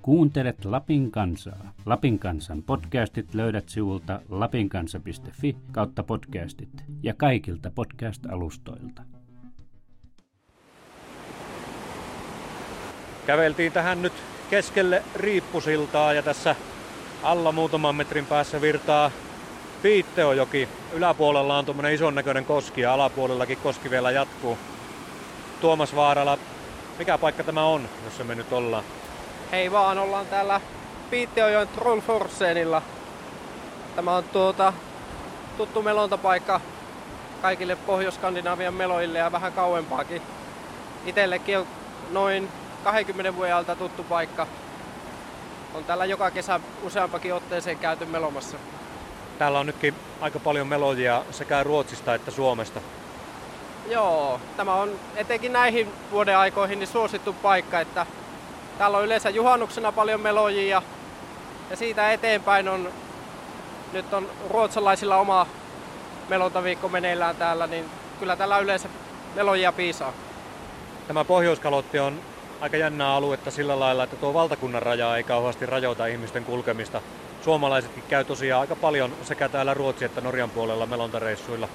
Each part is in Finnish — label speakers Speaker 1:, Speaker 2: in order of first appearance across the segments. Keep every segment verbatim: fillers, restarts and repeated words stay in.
Speaker 1: Kuuntelet Lapin kansaa. Lapin kansan podcastit löydät sivulta lapinkansa piste fi kautta podcastit ja kaikilta podcast-alustoilta.
Speaker 2: Käveltiin tähän nyt keskelle Riippusiltaa ja tässä alla muutaman metrin päässä virtaa Piitteojoki. Yläpuolella on tuommoinen ison näköinen koski ja alapuolellakin koski vielä jatkuu. Tuomas Vaarala, mikä paikka tämä on, jossa me nyt ollaan?
Speaker 3: Hei vaan, ollaan täällä Piitteojoen Trollforsenilla. Tämä on tuota, tuttu melontapaikka kaikille Pohjois-Skandinavian meloille ja vähän kauempaakin. Itsellekin on noin kaksikymmentä vuoden ajalta tuttu paikka. On täällä joka kesä useampakin otteeseen käyty melomassa.
Speaker 2: Täällä on nytkin aika paljon melojia sekä Ruotsista että Suomesta.
Speaker 3: Joo, tämä on etenkin näihin vuoden aikoihin niin suosittu paikka, että täällä on yleensä juhannuksena paljon melojia ja siitä eteenpäin on, nyt on ruotsalaisilla oma melontaviikko meneillään täällä, niin kyllä täällä yleensä melojia piisaa.
Speaker 2: Tämä Pohjoiskalotti on aika jännää aluetta sillä lailla, että tuo valtakunnan raja ei kauheasti rajoita ihmisten kulkemista. Suomalaisetkin käy tosiaan aika paljon sekä täällä Ruotsin että Norjan puolella melontareissuilla.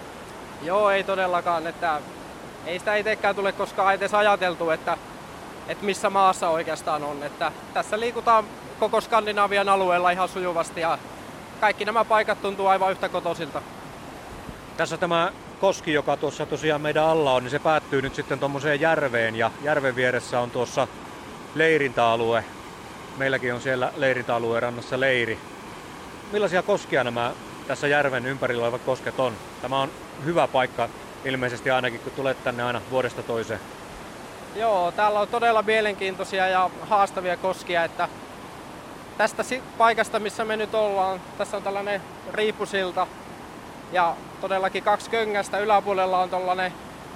Speaker 3: Joo, ei todellakaan. Että ei sitä itsekään tule koskaan edes ajateltu, että, että missä maassa oikeastaan on. Että tässä liikutaan koko Skandinavian alueella ihan sujuvasti ja kaikki nämä paikat tuntuu aivan yhtä kotoisilta.
Speaker 2: Tässä tämä koski, joka tuossa tosiaan meidän alla on, niin se päättyy nyt sitten tuommoiseen järveen ja järven vieressä on tuossa leirintäalue. Meilläkin on siellä leirintäalueen rannassa leiri. Millaisia koskia nämä tässä järven ympärillä olevat kosket on? Tämä on hyvä paikka ilmeisesti ainakin, kun tulet tänne aina vuodesta toiseen.
Speaker 3: Joo, täällä on todella mielenkiintoisia ja haastavia koskia. Että tästä paikasta, missä me nyt ollaan, tässä on tällainen Riippusilta. Ja todellakin kaksi köngästä. Yläpuolella on tollainen,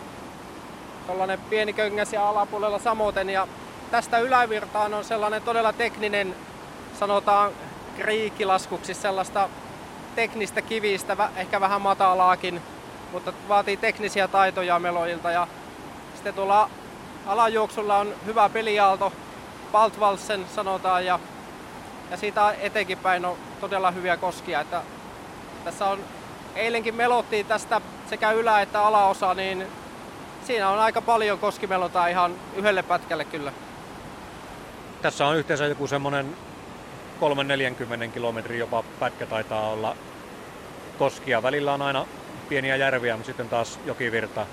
Speaker 3: tollainen pieni köngäs ja alapuolella samoin. Ja tästä ylävirtaan on sellainen todella tekninen, sanotaan kriikilaskuksi, sellaista teknistä kivistä, ehkä vähän matalaakin, mutta vaatii teknisiä taitoja melojilta. Ja sitten tuolla alajuoksulla on hyvä peliaalto, Baltvalsen sanotaan, ja, ja siitä etenkin päin on todella hyviä koskia. Että tässä on, eilenkin melottiin tästä sekä ylä- että alaosa, niin siinä on aika paljon koskimelontaa ihan yhdelle pätkälle kyllä.
Speaker 2: Tässä on yhteensä joku semmoinen kolme neljäkymmentä kilometrin jopa pätkä taitaa olla koskia. Välillä on aina pieniä järviä, mutta sitten taas jokivirta.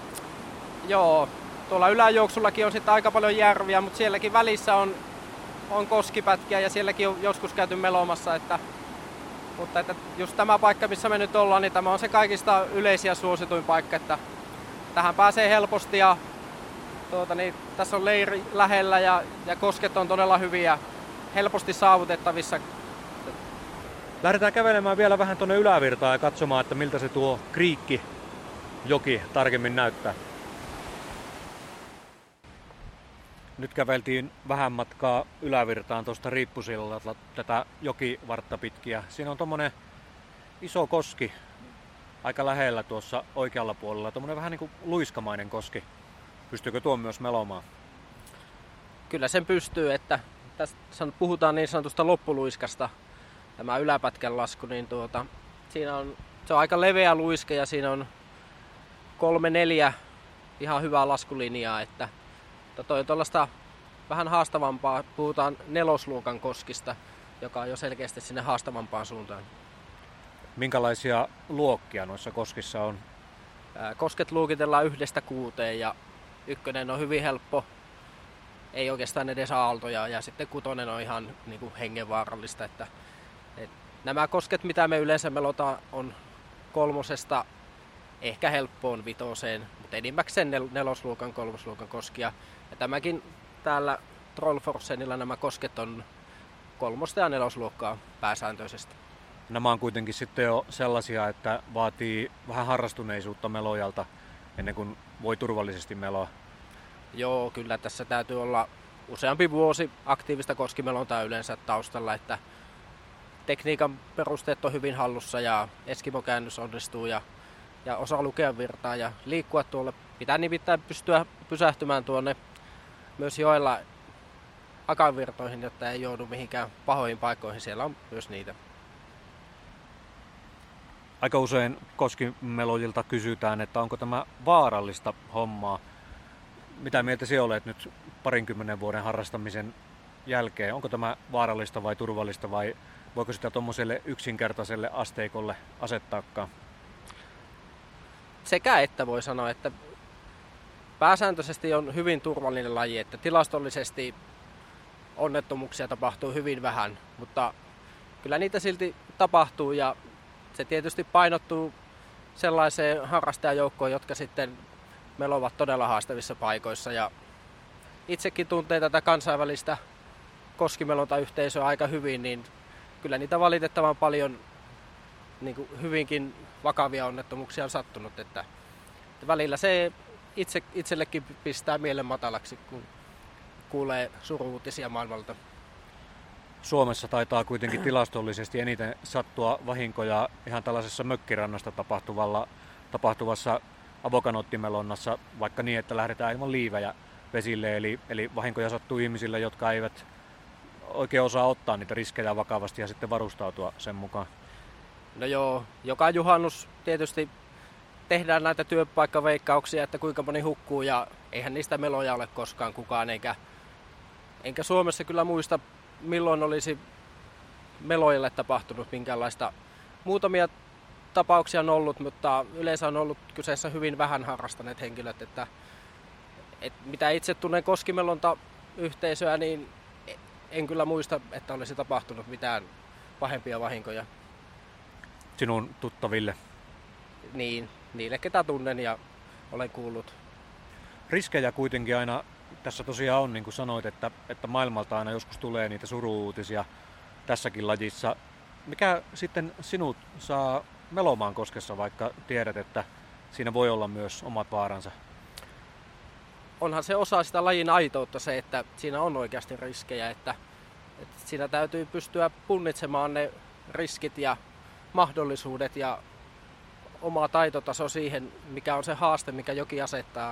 Speaker 3: Joo, tuolla yläjuoksullakin on sitten aika paljon järviä, mutta sielläkin välissä on, on koskipätkiä ja sielläkin on joskus käyty melomassa. Että, mutta että just tämä paikka, missä me nyt ollaan, niin tämä on se kaikista yleisiä suosituin paikka. Että tähän pääsee helposti ja tuota, niin, tässä on leiri lähellä ja, ja kosket on todella hyviä, helposti saavutettavissa.
Speaker 2: Lähdetään kävelemään vielä vähän tuonne ylävirtaan ja katsomaan, että miltä se tuo Kriikki joki tarkemmin näyttää. Nyt käveltiin vähän matkaa ylävirtaan tuosta Riippusillalta tätä jokivartta pitkiä. Siinä on tommonen iso koski aika lähellä tuossa oikealla puolella, tommonen vähän niin kuin luiskamainen koski. Pystyykö tuon myös melomaan?
Speaker 3: Kyllä sen pystyy, että tässä puhutaan niin sanotusta loppuluiskasta, tämä yläpätkän lasku, niin tuota, siinä on, se on aika leveä luiske ja siinä on kolme neljä ihan hyvää laskulinjaa, että toi on tuollaista vähän haastavampaa, puhutaan nelosluokan koskista, joka on jo selkeästi sinne haastavampaan suuntaan.
Speaker 2: Minkälaisia luokkia noissa koskissa on?
Speaker 3: Kosket luokitellaan yhdestä kuuteen ja ykkönen on hyvin helppo, ei oikeastaan edes aaltoja, ja sitten kutonen on ihan niin kuin hengenvaarallista. Että, et, nämä kosket, mitä me yleensä melotaan, on kolmosesta ehkä helppoon vitoseen, mutta enimmäkseen nel- nelosluokan, kolmosluokan koskia. Ja tämäkin täällä Trollforsenilla nämä kosket on kolmosta ja nelosluokkaa pääsääntöisesti.
Speaker 2: Nämä on kuitenkin sitten jo sellaisia, että vaatii vähän harrastuneisuutta melojalta ennen kuin voi turvallisesti meloa.
Speaker 3: Joo, kyllä tässä täytyy olla useampi vuosi aktiivista koskimelontaa yleensä taustalla, että tekniikan perusteet on hyvin hallussa ja eskimokäännös onnistuu ja, ja osaa lukea virtaa ja liikkua tuolle. Pitää nimittäin pystyä pysähtymään tuonne myös joella akavirtoihin, jotta ei joudu mihinkään pahoihin paikkoihin. Siellä on myös niitä.
Speaker 2: Aika usein koskimelojilta kysytään, että onko tämä vaarallista hommaa. Mitä mieltä sinä olet nyt parinkymmenen vuoden harrastamisen jälkeen? Onko tämä vaarallista vai turvallista vai voiko sitä tuommoiselle yksinkertaiselle asteikolle asettaakaan?
Speaker 3: Sekä että voi sanoa, että pääsääntöisesti on hyvin turvallinen laji, että tilastollisesti onnettomuuksia tapahtuu hyvin vähän, mutta kyllä niitä silti tapahtuu ja se tietysti painottuu sellaiseen harrastajajoukkoon, jotka sitten melovat todella haastavissa paikoissa ja itsekin tuntee tätä kansainvälistä koskimelontayhteisöä aika hyvin, niin kyllä niitä valitettavan paljon niin kuin hyvinkin vakavia onnettomuuksia on sattunut, että, että välillä se itse, itsellekin pistää mielen matalaksi, kun kuulee suru-uutisia maailmalta.
Speaker 2: Suomessa taitaa kuitenkin tilastollisesti eniten sattua vahinkoja ihan tällaisessa mökkirannasta tapahtuvalla, tapahtuvassa avokanoottimelonnassa, vaikka niin, että lähdetään ilman liivejä vesille, eli, eli vahinkoja sattuu ihmisille, jotka eivät oikein osaa ottaa niitä riskejä vakavasti ja sitten varustautua sen mukaan.
Speaker 3: No joo, joka juhannus tietysti tehdään näitä työpaikkaveikkauksia, että kuinka moni hukkuu ja eihän niistä meloja ole koskaan kukaan, eikä, enkä Suomessa kyllä muista milloin olisi meloille tapahtunut minkäänlaista. Muutamia tapauksia on ollut, mutta yleensä on ollut kyseessä hyvin vähän harrastaneet henkilöt, että, että mitä itse tunnen koskimelonta-yhteisöä, niin en kyllä muista, että olisi tapahtunut mitään pahempia vahinkoja.
Speaker 2: Sinun tuttaville?
Speaker 3: Niin, niille ketä tunnen ja olen kuullut.
Speaker 2: Riskejä kuitenkin aina tässä tosiaan on, niin kuin sanoit, että, että maailmalta aina joskus tulee niitä suru-uutisia tässäkin lajissa. Mikä sitten sinut saa melomaan koskessa, vaikka tiedät, että siinä voi olla myös omat vaaransa?
Speaker 3: Onhan se osa sitä lajin aitoutta se, että siinä on oikeasti riskejä, että, että siinä täytyy pystyä punnitsemaan ne riskit ja mahdollisuudet ja oma taitotaso siihen, mikä on se haaste, mikä joki asettaa.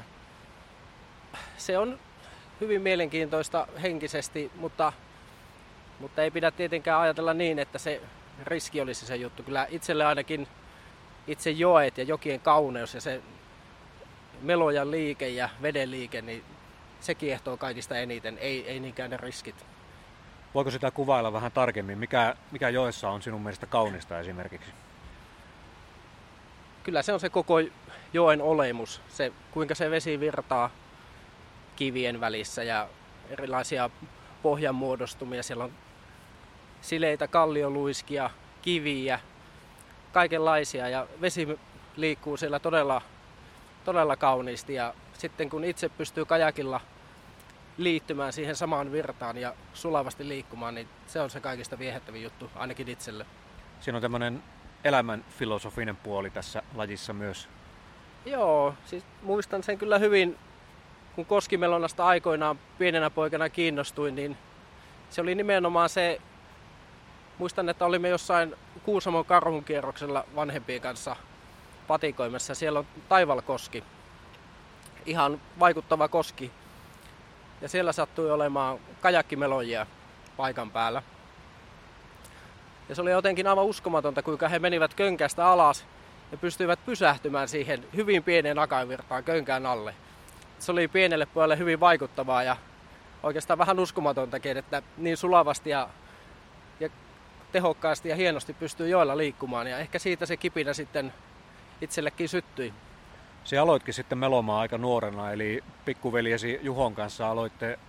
Speaker 3: Se on hyvin mielenkiintoista henkisesti, mutta, mutta ei pidä tietenkään ajatella niin, että se riski olisi se juttu. Kyllä itselle ainakin itse joet ja jokien kauneus ja se melojan liike ja veden liike, niin se kiehtoo kaikista eniten, ei, ei niinkään ne riskit.
Speaker 2: Voiko sitä kuvailla vähän tarkemmin? Mikä, mikä joessa on sinun mielestä kaunista esimerkiksi?
Speaker 3: Kyllä se on se koko joen olemus, se kuinka se vesi virtaa kivien välissä ja erilaisia pohjanmuodostumia. Siellä on sileitä kallioluiskia, kiviä, kaikenlaisia ja vesi liikkuu siellä todella, todella kauniisti. Ja sitten kun itse pystyy kajakilla liittymään siihen samaan virtaan ja sulavasti liikkumaan, niin se on se kaikista viehättävin juttu, ainakin itselle.
Speaker 2: Siinä on tämmöinen elämän filosofinen puoli tässä lajissa myös.
Speaker 3: Joo, siis muistan sen kyllä hyvin, kun koskimelonnasta aikoinaan pienenä poikana kiinnostuin, niin se oli nimenomaan se, muistan, että olimme jossain Kuusamon karhunkierroksella vanhempien kanssa patikoimassa. Siellä on Taivalkoski, ihan vaikuttava koski. Ja siellä sattui olemaan kajakkimelojia paikan päällä. Ja se oli jotenkin aivan uskomatonta, kuinka he menivät könkästä alas ja pystyivät pysähtymään siihen hyvin pieneen akavirtaan könkään alle. Se oli pienelle pojalle hyvin vaikuttavaa ja oikeastaan vähän uskomatontakin, että niin sulavasti ja, ja tehokkaasti ja hienosti pystyy joella liikkumaan. Ja ehkä siitä se kipinä sitten itsellekin syttyi.
Speaker 2: Se aloitkin sitten melomaan aika nuorena, eli pikkuveljesi Juhon kanssa aloitte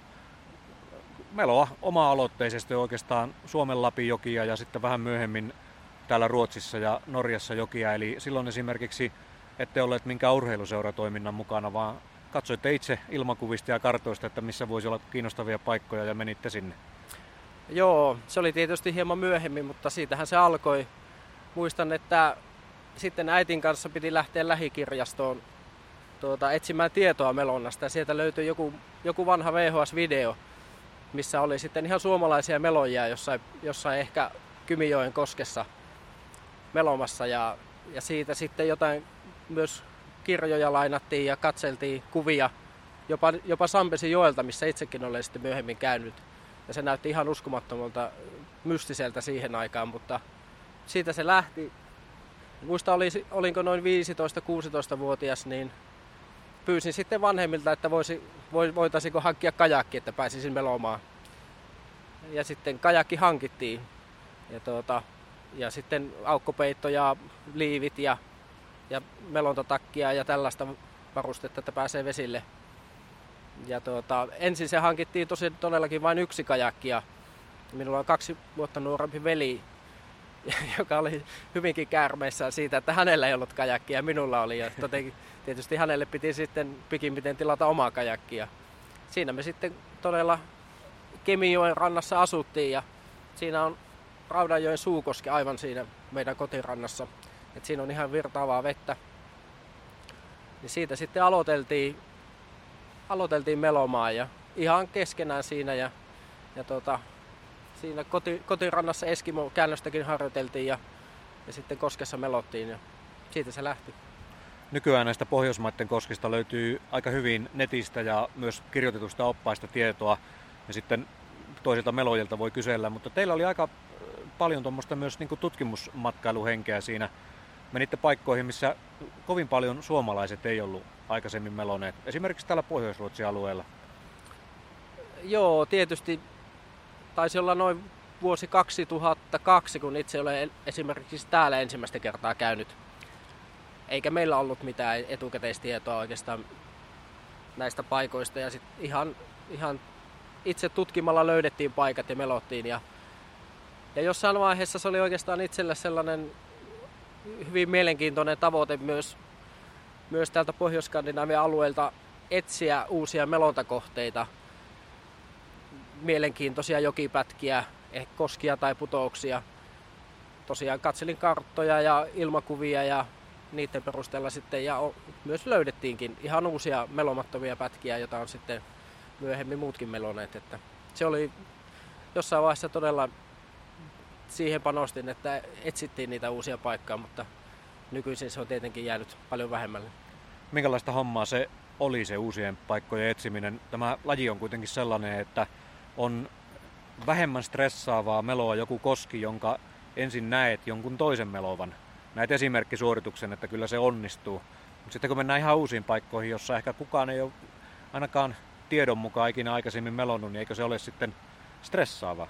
Speaker 2: meloa oma-aloitteisesti oikeastaan Suomen Lapijokia ja sitten vähän myöhemmin täällä Ruotsissa ja Norjassa jokia. Eli silloin esimerkiksi ette olleet minkään urheiluseuratoiminnan mukana, vaan katsoitte itse ilmakuvista ja kartoista, että missä voisi olla kiinnostavia paikkoja ja menitte sinne.
Speaker 3: Joo, se oli tietysti hieman myöhemmin, mutta siitähän se alkoi. Muistan, että sitten äitin kanssa piti lähteä lähikirjastoon tuota, etsimään tietoa melonnasta ja sieltä löytyi joku, joku vanha V H S-video, missä oli sitten ihan suomalaisia melojia jossain, jossain ehkä Kymijoen koskessa melomassa ja, ja siitä sitten jotain myös kirjoja lainattiin ja katseltiin kuvia jopa, jopa Sampesin joelta, missä itsekin olen sitten myöhemmin käynyt. Ja se näytti ihan uskomattomalta, mystiseltä siihen aikaan, mutta siitä se lähti. Muista oli, olinko noin viisitoista-kuusitoista-vuotias, niin pyysin sitten vanhemmilta, että voisi, voitaisiinko hankkia kajakki, että pääsisin melomaan. Ja sitten kajakki hankittiin. Ja, tuota, ja sitten aukkopeitto ja liivit ja, ja melontatakkia ja tällaista varustetta, että pääsee vesille. Ja tuota, ensin se hankittiin tosi, todellakin vain yksi kajakki. Ja minulla on kaksi vuotta nuorempi veli, joka oli hyvinkin käärmeissään siitä, että hänellä ei ollut kajakkia ja minulla oli. Ja tietysti hänelle piti sitten pikimmiten tilata omaa kajakkia. Siinä me sitten todella Kemijoen rannassa asuttiin ja siinä on Raudanjoen Suukoski aivan siinä meidän kotirannassa. Et siinä on ihan virtaavaa vettä. Niin siitä sitten aloiteltiin, aloiteltiin melomaan ja ihan keskenään siinä. Ja, ja tota, siinä koti, kotirannassa Eskimo-käännöstäkin harjoiteltiin ja, ja sitten koskessa melottiin ja siitä se lähti.
Speaker 2: Nykyään näistä Pohjoismaiden koskista löytyy aika hyvin netistä ja myös kirjoitetusta oppaista tietoa ja sitten toisilta melojilta voi kysellä, mutta teillä oli aika paljon tuommoista myös niin kuin tutkimusmatkailuhenkeä siinä. Menitte paikkoihin, missä kovin paljon suomalaiset ei ollut aikaisemmin meloneet, esimerkiksi täällä Pohjois-Ruotsin alueella.
Speaker 3: Joo, tietysti taisi olla noin vuosi kaksituhattakaksi, kun itse olen esimerkiksi täällä ensimmäistä kertaa käynyt. Eikä meillä ollut mitään etukäteistietoa oikeastaan näistä paikoista. Ja sit ihan, ihan itse tutkimalla löydettiin paikat ja melottiin. Ja, ja jossain vaiheessa se oli oikeastaan itselle sellainen hyvin mielenkiintoinen tavoite myös, myös täältä Pohjois-Skandinavian alueelta etsiä uusia melontakohteita. Mielenkiintoisia jokipätkiä, ehkä koskia tai putouksia. Tosiaan katselin karttoja ja ilmakuvia ja niiden perusteella sitten ja myös löydettiinkin ihan uusia melomattomia pätkiä, joita on sitten myöhemmin muutkin meloneet. Että se oli jossain vaiheessa todella siihen panostin, että etsittiin niitä uusia paikkoja, mutta nykyisin se on tietenkin jäänyt paljon vähemmälle.
Speaker 2: Minkälaista hommaa se oli se uusien paikkojen etsiminen? Tämä laji on kuitenkin sellainen, että on vähemmän stressaavaa meloa joku koski, jonka ensin näet jonkun toisen melovan. Näet esimerkkisuorituksen, että kyllä se onnistuu. Mutta sitten kun mennään ihan uusiin paikkoihin, jossa ehkä kukaan ei ole ainakaan tiedon mukaan ikinä aikaisemmin melonnut, niin eikö se ole sitten stressaavaa?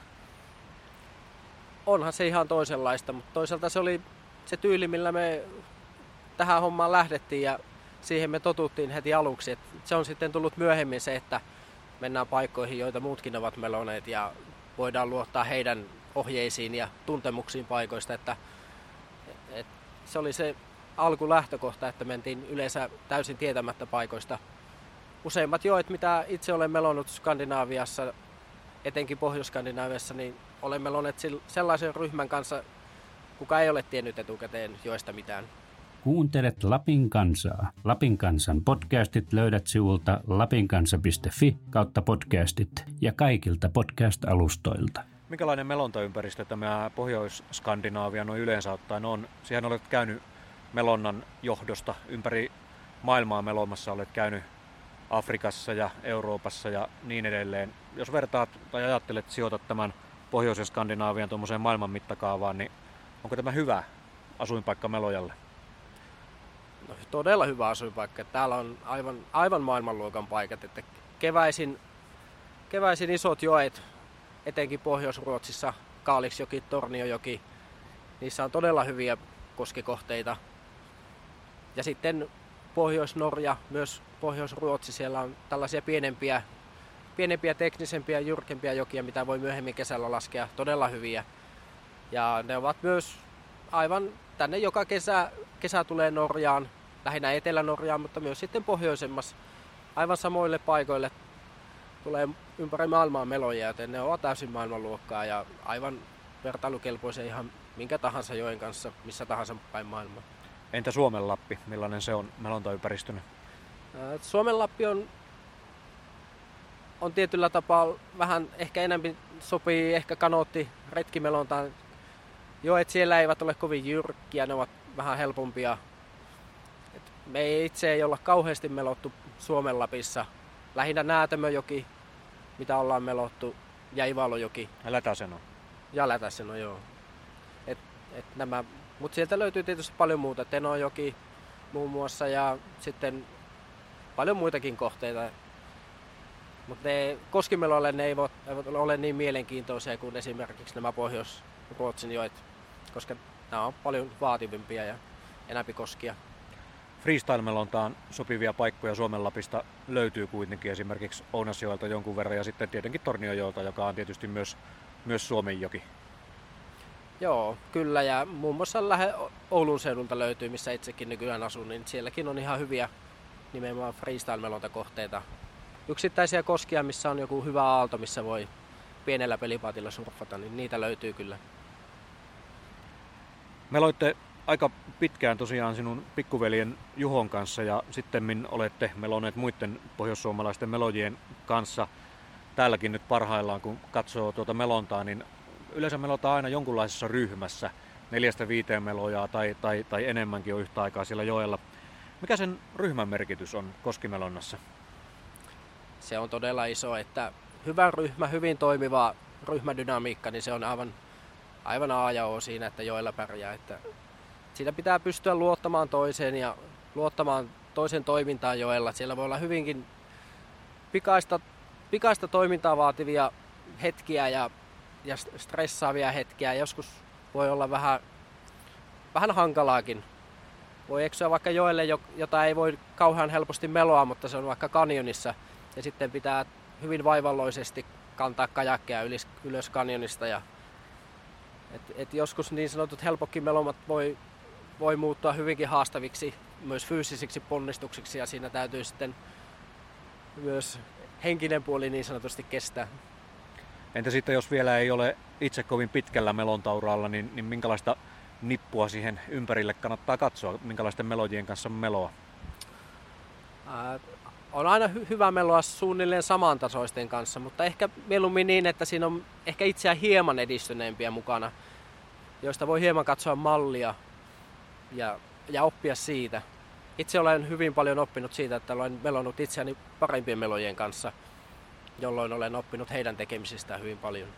Speaker 3: Onhan se ihan toisenlaista, mutta toisaalta se oli se tyyli, millä me tähän hommaan lähdettiin ja siihen me totuttiin heti aluksi. Et se on sitten tullut myöhemmin se, että mennään paikkoihin, joita muutkin ovat meloneet ja voidaan luottaa heidän ohjeisiin ja tuntemuksiin paikoista. Että, et se oli se alkulähtökohta, että mentiin yleensä täysin tietämättä paikoista. Useimmat joet, mitä itse olen melonnut Skandinaaviassa, etenkin Pohjois-Skandinaaviassa, niin olen melonneet sellaisen ryhmän kanssa, kuka ei ole tiennyt etukäteen joista mitään.
Speaker 1: Kuuntelet Lapin kansaa. Lapin kansan podcastit löydät sivulta lapinkansa piste fi kautta podcastit ja kaikilta podcast-alustoilta.
Speaker 2: Minkälainen melontaympäristö tämä Pohjois-Skandinaavia noin yleensä ottaen on? Siihen olet käynyt melonnan johdosta ympäri maailmaa melomassa, olet käynyt Afrikassa ja Euroopassa ja niin edelleen. Jos vertaat tai ajattelet sijoitat tämän Pohjois-Skandinaavian tuommoiseen maailman mittakaavaan, niin onko tämä hyvä asuinpaikka melojalle?
Speaker 3: No, todella hyvä asuinpaikka. Täällä on aivan, aivan maailmanluokan paikat. Että keväisin, keväisin isot joet, etenkin Pohjois-Ruotsissa, Kaaliksjoki, Torniojoki, niissä on todella hyviä koskikohteita. Ja sitten Pohjois-Norja, myös Pohjois-Ruotsi, siellä on tällaisia pienempiä, pienempiä teknisempiä, jyrkempiä jokia, mitä voi myöhemmin kesällä laskea, todella hyviä. Ja ne ovat myös aivan tänne joka kesä, kesä tulee Norjaan, lähinnä Etelä-Norjaan, mutta myös sitten pohjoisemmassa aivan samoille paikoille tulee ympäri maailmaa meloja, joten ne ovat täysin maailmanluokkaa ja aivan vertailukelpoisia ihan minkä tahansa joen kanssa, missä tahansa päin maailmaa.
Speaker 2: Entä Suomen Lappi, millainen se on melontaympäristönä?
Speaker 3: Suomen Lappi on, on tietyllä tapaa vähän ehkä enemmän sopii ehkä kanootti retkimelontaan. Joet siellä eivät ole kovin jyrkkiä, ne ovat vähän helpompia. Et me ei itse ei olla kauheasti melottu Suomen Lapissa. Lähinnä Näätämöjoki, mitä ollaan melottu. ja Ivalojoki.
Speaker 2: Ja Lätäseno.
Speaker 3: Ja Lätäseno, joo. Et, et nämä, mutta sieltä löytyy tietysti paljon muuta. Tenojoki muun muassa ja sitten paljon muitakin kohteita. Mutta koskimeloille ne eivät ole niin mielenkiintoisia kuin esimerkiksi nämä Pohjois-Ruotsin joet, koska nämä on paljon vaativimpia ja enämpi koskia.
Speaker 2: Freestyle-melontaan sopivia paikkoja Suomen Lapista löytyy kuitenkin esimerkiksi Ounasjoelta jonkun verran ja sitten tietenkin Tornionjoelta, joka on tietysti myös, myös Suomenjoki.
Speaker 3: Joo, kyllä, ja muun muassa lähe Oulun seudulta löytyy, missä itsekin nykyään asun, niin sielläkin on ihan hyviä nimenomaan freestyle-melontakohteita. Yksittäisiä koskia, missä on joku hyvä aalto, missä voi pienellä pelipaatilla surffata, niin niitä löytyy kyllä.
Speaker 2: Meloitte aika pitkään tosiaan sinun pikkuveljen Juhon kanssa ja sittemmin olette meloneet muiden pohjoissuomalaisten melojien kanssa. Täälläkin nyt parhaillaan, kun katsoo tuota melontaa, niin yleensä melotaan aina jonkunlaisessa ryhmässä. Neljästä viiteen melojaa tai, tai, tai enemmänkin on yhtä aikaa siellä joella. Mikä sen ryhmän merkitys on koskimelonnassa?
Speaker 3: Se on todella iso, että hyvä ryhmä, hyvin toimiva ryhmädynamiikka, niin se on aivan, aivan A ja O siinä, että joella pärjää. Että siinä pitää pystyä luottamaan toiseen ja luottamaan toisen toimintaan joella. Siellä voi olla hyvinkin pikaista, pikaista toimintaa vaativia hetkiä ja, ja stressaavia hetkiä. Joskus voi olla vähän, vähän hankalaakin. Voi eksyä vaikka joelle, jota ei voi kauhean helposti meloa, mutta se on vaikka kanjonissa. Ja sitten pitää hyvin vaivalloisesti kantaa kajakkeja ylös, ylös kanjonista. Ja et, et joskus niin sanotut helpokkin melomat voi, voi muuttua hyvinkin haastaviksi myös fyysisiksi ponnistuksiksi ja siinä täytyy sitten myös henkinen puoli niin sanotusti kestää.
Speaker 2: Entä sitten jos vielä ei ole itse kovin pitkällä melontauralla, niin, niin minkälaista nippua siihen ympärille kannattaa katsoa? Minkälaisten melodien kanssa meloa?
Speaker 3: Ää, on aina hy- hyvä meloa suunnilleen samantasoisten kanssa, mutta ehkä mieluummin niin, että siinä on ehkä itseään hieman edistyneempiä mukana, joista voi hieman katsoa mallia ja, ja oppia siitä. Itse olen hyvin paljon oppinut siitä, että olen melonut itseäni parempien melojien kanssa, jolloin olen oppinut heidän tekemisistään hyvin paljon.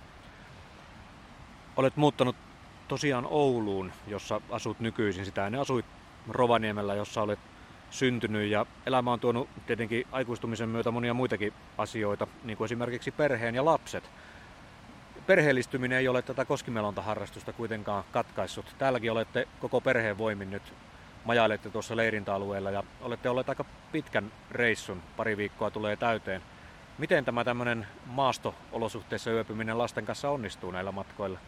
Speaker 2: Olet muuttanut tosiaan Ouluun, jossa asut nykyisin. Sitä ennen asuit Rovaniemellä, jossa olet syntynyt. Ja elämä on tuonut tietenkin aikuistumisen myötä monia muitakin asioita, niin kuin esimerkiksi perheen ja lapset. Perheellistyminen ei ole tätä koskimelontaharrastusta kuitenkaan katkaissut. Täälläkin olette koko perheen voimin nyt majailette tuossa leirintäalueella ja olette olleet aika pitkän reissun. Pari viikkoa tulee täyteen. Miten tämä tämmöinen maasto-olosuhteissa yöpyminen lasten kanssa onnistuu näillä matkoilla?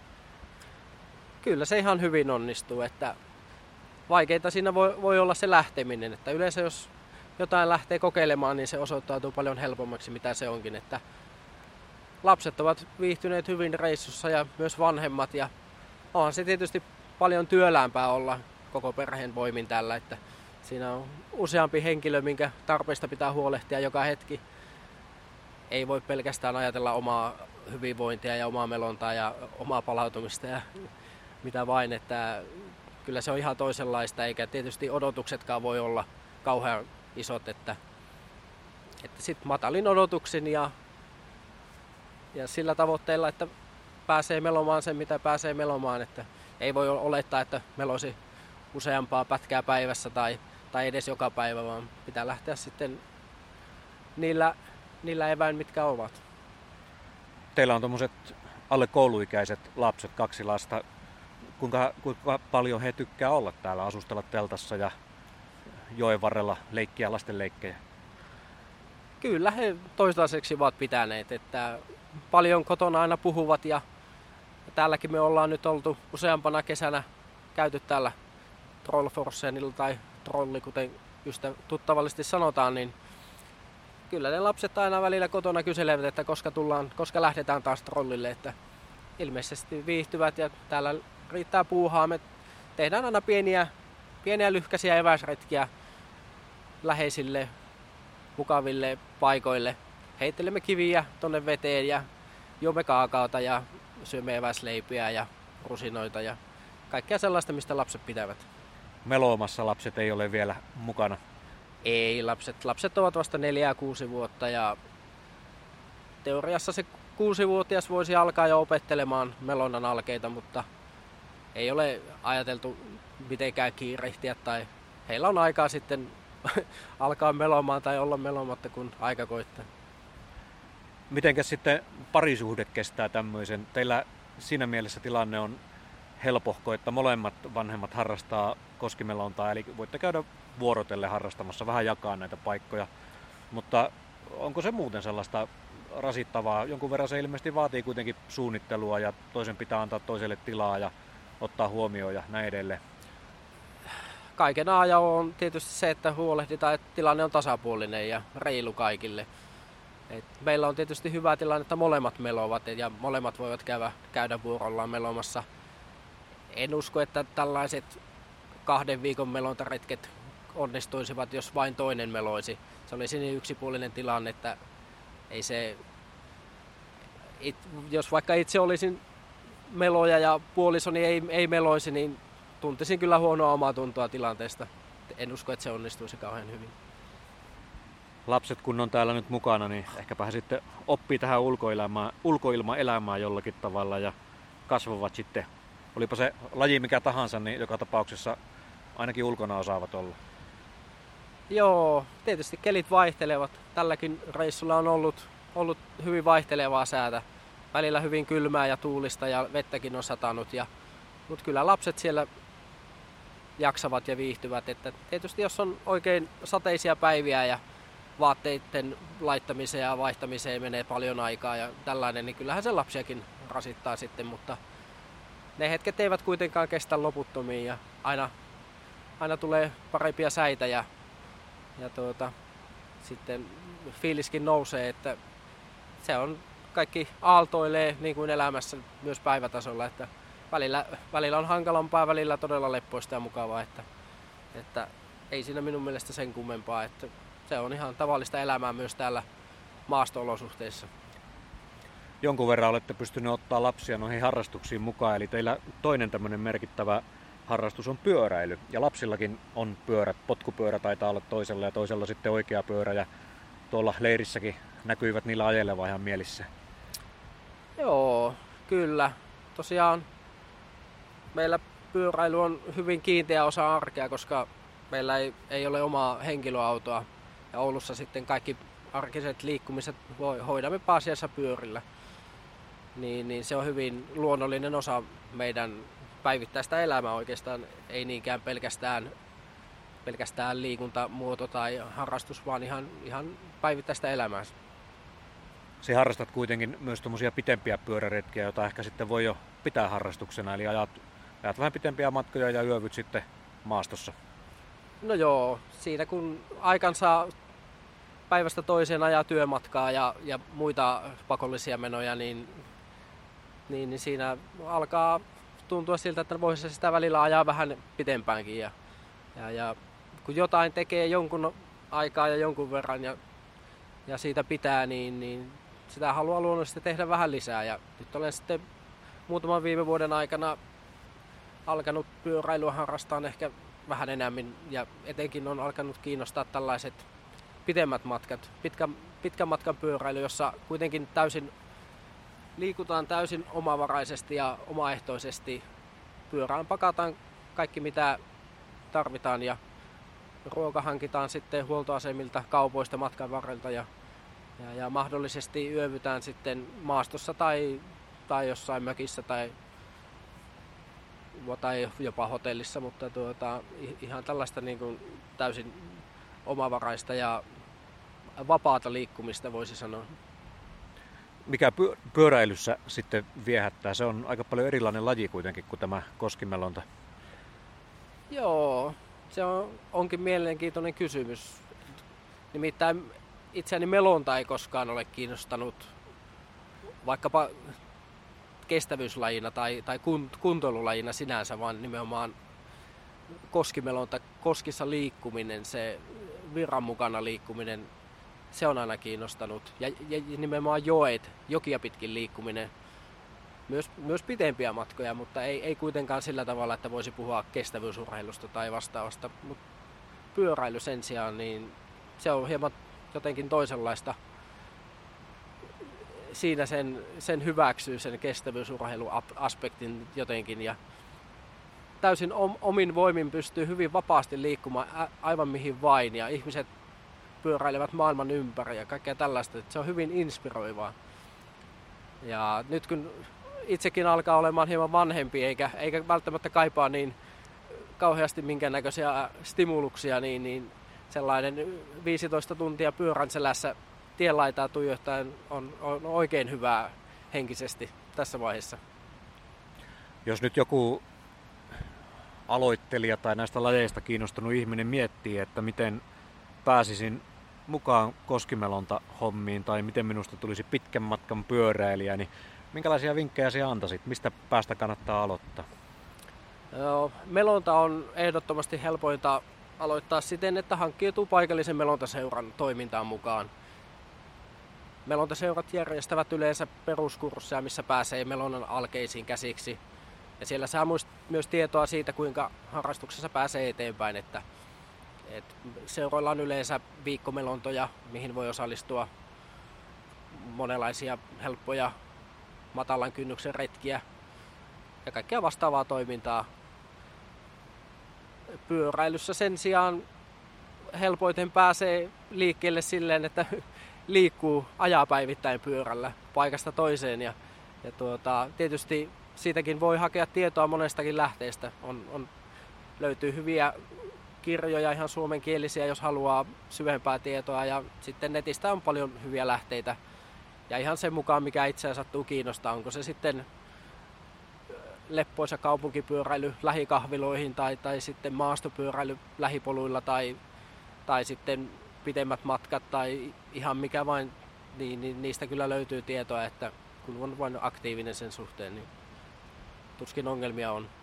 Speaker 3: Kyllä se ihan hyvin onnistuu, että vaikeinta siinä voi, voi olla se lähteminen, että yleensä jos jotain lähtee kokeilemaan, niin se osoittautuu paljon helpommaksi mitä se onkin, että lapset ovat viihtyneet hyvin reissussa ja myös vanhemmat ja onhan se tietysti paljon työläämpää olla koko perheen voimin tällä, että siinä on useampi henkilö, minkä tarpeista pitää huolehtia joka hetki. Ei voi pelkästään ajatella omaa hyvinvointia ja omaa melontaa ja omaa palautumista ja mitä vain, että kyllä se on ihan toisenlaista, eikä tietysti odotuksetkaan voi olla kauhean isot, että, että sitten matalin odotuksin ja, ja sillä tavoitteella, että pääsee melomaan sen, mitä pääsee melomaan, että ei voi olettaa, että melosi useampaa pätkää päivässä tai, tai edes joka päivä, vaan pitää lähteä sitten niillä, niillä eväin, mitkä ovat.
Speaker 2: Teillä on tommoset alle kouluikäiset lapset, kaksi lasta. Kuinka, kuinka paljon he tykkää olla täällä, asustella teltassa ja joen varrella leikkiä lastenleikkejä?
Speaker 3: Kyllä he toistaiseksi ovat pitäneet, että paljon kotona aina puhuvat ja täälläkin me ollaan nyt oltu useampana kesänä käyty täällä Trollforsenilla tai trolli, kuten ystä tuttavallisesti sanotaan, niin kyllä ne lapset aina välillä kotona kyselevät, että koska tullaan, koska lähdetään taas trollille, että ilmeisesti viihtyvät ja täällä riittää puuhaa. Me tehdään aina pieniä, pieniä lyhkäisiä eväsretkiä läheisille, mukaville paikoille. Heittelemme kiviä tonne veteen ja juomme kaakaota ja syömme eväsleipiä ja rusinoita ja kaikkea sellaista, mistä lapset pitävät.
Speaker 2: Meloomassa lapset ei ole vielä mukana?
Speaker 3: Ei, lapset, lapset ovat vasta neljä ja kuusi vuotta ja teoriassa se kuusivuotias voisi alkaa jo opettelemaan melonnan alkeita, mutta ei ole ajateltu mitenkään kiirehtiä tai heillä on aikaa sitten alkaa melomaan tai olla melomatta, kun aika koittaa.
Speaker 2: Mitenkäs sitten parisuhde kestää tämmöisen? Teillä siinä mielessä tilanne on helpohko, että molemmat vanhemmat harrastaa koskimelontaa, eli voitte käydä vuorotelle harrastamassa, vähän jakaa näitä paikkoja. Mutta onko se muuten sellaista rasittavaa? Jonkun verran se ilmeisesti vaatii kuitenkin suunnittelua ja toisen pitää antaa toiselle tilaa ja ottaa huomioon ja näin edelleen.
Speaker 3: Kaiken ajan on tietysti se, että huolehditaan, että tilanne on tasapuolinen ja reilu kaikille. Et meillä on tietysti hyvä tilanne, että molemmat melovat ja molemmat voivat käydä, käydä vuorollaan melomassa. En usko, että tällaiset kahden viikon melontaretket onnistuisivat, jos vain toinen meloisi. Se olisi niin yksipuolinen tilanne, että ei se, it, jos vaikka itse olisin meloja ja puolisoni ei, ei meloisi, niin tuntisin kyllä huonoa omaa tuntoa tilanteesta. En usko, että se onnistuisi kauhean hyvin.
Speaker 2: Lapset kun on täällä nyt mukana, niin ehkäpä he sitten oppii tähän ulkoilmaan, ulkoilmaelämään jollakin tavalla ja kasvavat sitten. Olipa se laji mikä tahansa, niin joka tapauksessa ainakin ulkona osaavat olla.
Speaker 3: Joo, tietysti kelit vaihtelevat. Tälläkin reissulla on ollut, ollut hyvin vaihtelevaa säätä. Välillä hyvin kylmää ja tuulista ja vettäkin on satanut. Ja, mutta kyllä lapset siellä jaksavat ja viihtyvät. Että tietysti jos on oikein sateisia päiviä ja vaatteiden laittamiseen ja vaihtamiseen menee paljon aikaa ja tällainen, niin kyllähän se lapsiakin rasittaa sitten, mutta ne hetket eivät kuitenkaan kestä loputtomiin ja aina, aina tulee parempia säitä ja, ja tuota, sitten fiiliskin nousee, että se on kaikki aaltoilee niin kuin elämässä myös päivätasolla, että välillä, välillä on hankalampaa, välillä todella leppoista ja mukavaa, että, että ei siinä minun mielestä sen kummempaa, että se on ihan tavallista elämää myös täällä maasto-olosuhteissa.
Speaker 2: Jonkun verran olette pystyneet ottaa lapsia noihin harrastuksiin mukaan, eli teillä toinen tämmöinen merkittävä harrastus on pyöräily. Ja lapsillakin on pyörät, potkupyörä taitaa olla toisella ja toisella sitten oikea pyörä ja tuolla leirissäkin näkyivät niillä ajelevan ihan mielissä.
Speaker 3: Joo, kyllä. Tosiaan meillä pyöräily on hyvin kiinteä osa arkea, koska meillä ei, ei ole omaa henkilöautoa. Ja Oulussa sitten kaikki arkiset liikkumiset hoidamme pääasiassa pyörillä. Niin, niin se on hyvin luonnollinen osa meidän päivittäistä elämää oikeastaan. Ei niinkään pelkästään, pelkästään liikuntamuoto tai harrastus, vaan ihan, ihan päivittäistä elämää.
Speaker 2: Sinä harrastat kuitenkin myös tuommoisia pitempiä pyöräretkiä, joita ehkä sitten voi jo pitää harrastuksena. Eli ajat, ajat vähän pitempiä matkoja ja yövyt sitten maastossa. No
Speaker 3: joo, siinä kun aikansa päivästä toiseen ajaa työmatkaa ja, ja muita pakollisia menoja, niin, niin, niin siinä alkaa tuntua siltä, että voisi sitä välillä ajaa vähän pitempäänkin. Ja, ja, ja kun jotain tekee jonkun aikaa ja jonkun verran ja, ja siitä pitää, niin, niin sitä haluaa luonnollisesti tehdä vähän lisää. Ja nyt olen sitten muutaman viime vuoden aikana alkanut pyöräilyä harrastaa ehkä vähän enemmän ja etenkin on alkanut kiinnostaa tällaiset pitemmät matkat, pitkä, pitkän matkan pyöräily, jossa kuitenkin täysin liikutaan täysin omavaraisesti ja omaehtoisesti. Pyörään pakataan kaikki mitä tarvitaan ja ruoka hankitaan sitten huoltoasemilta, kaupoista matkan varrelta ja, ja, ja mahdollisesti yövytään sitten maastossa tai, tai jossain mökissä tai tai jopa hotellissa, mutta tuota, ihan tällaista niin kuin täysin omavaraista ja vapaata liikkumista voisi sanoa.
Speaker 2: Mikä pyöräilyssä sitten viehättää? Se on aika paljon erilainen laji kuitenkin kuin tämä koskimelonta.
Speaker 3: Joo, se on, onkin mielenkiintoinen kysymys. Nimittäin itseäni melonta ei koskaan ole kiinnostanut vaikkapa kestävyyslajina tai, tai kuntoilulajina sinänsä, vaan nimenomaan koskimelonta, koskissa liikkuminen, se virran mukana liikkuminen, se on aina kiinnostanut. Ja, ja nimenomaan joet, jokia pitkin liikkuminen, myös, myös pitempiä matkoja, mutta ei, ei kuitenkaan sillä tavalla, että voisi puhua kestävyysurheilusta tai vastaavasta. Mut pyöräily sen sijaan, niin se on hieman jotenkin toisenlaista. siinä sen, sen hyväksyy, sen kestävyysurheiluaspektin jotenkin. Ja täysin omin voimin pystyy hyvin vapaasti liikkumaan aivan mihin vain ja ihmiset pyöräilevät maailman ympäri ja kaikkea tällaista. Se on hyvin inspiroivaa. Ja nyt kun itsekin alkaa olemaan hieman vanhempi eikä, eikä välttämättä kaipaa niin kauheasti minkäännäköisiä stimuluksia, niin, niin sellainen viisitoista tuntia pyörän selässä tienlaitaa tuijottaen on, on oikein hyvää henkisesti tässä vaiheessa.
Speaker 2: Jos nyt joku aloittelija tai näistä lajeista kiinnostunut ihminen miettii, että miten pääsisin mukaan koskimelonta hommiin tai miten minusta tulisi pitkän matkan pyöräilijä, niin minkälaisia vinkkejä sinä antaisit? Mistä päästä kannattaa aloittaa?
Speaker 3: Melonta on ehdottomasti helpointa aloittaa siten, että hankkiutuu paikallisen melontaseuran toimintaan mukaan. Melontaseurat järjestävät yleensä peruskursseja, missä pääsee melonnan alkeisiin käsiksi. Ja siellä saa myös tietoa siitä, kuinka harrastuksessa pääsee eteenpäin. Että, että seuroilla on yleensä viikkomelontoja, mihin voi osallistua monenlaisia helppoja matalan kynnyksen retkiä ja kaikkea vastaavaa toimintaa. Pyöräilyssä sen sijaan helpoiten pääsee liikkeelle silleen, että liikkuu, ajaa päivittäin pyörällä paikasta toiseen. Ja, ja tuota, tietysti siitäkin voi hakea tietoa monestakin lähteestä. On, on, löytyy hyviä kirjoja, ihan suomenkielisiä, jos haluaa syvempää tietoa. Ja sitten netistä on paljon hyviä lähteitä. Ja ihan sen mukaan, mikä itseään sattuu kiinnostaa. Onko se sitten leppoisa kaupunkipyöräily lähikahviloihin tai, tai sitten maastopyöräily lähipoluilla tai, tai sitten pitemmät matkat tai ihan mikä vain, niin, niin niistä kyllä löytyy tietoa, että kun on vain aktiivinen sen suhteen, niin tuskin ongelmia on.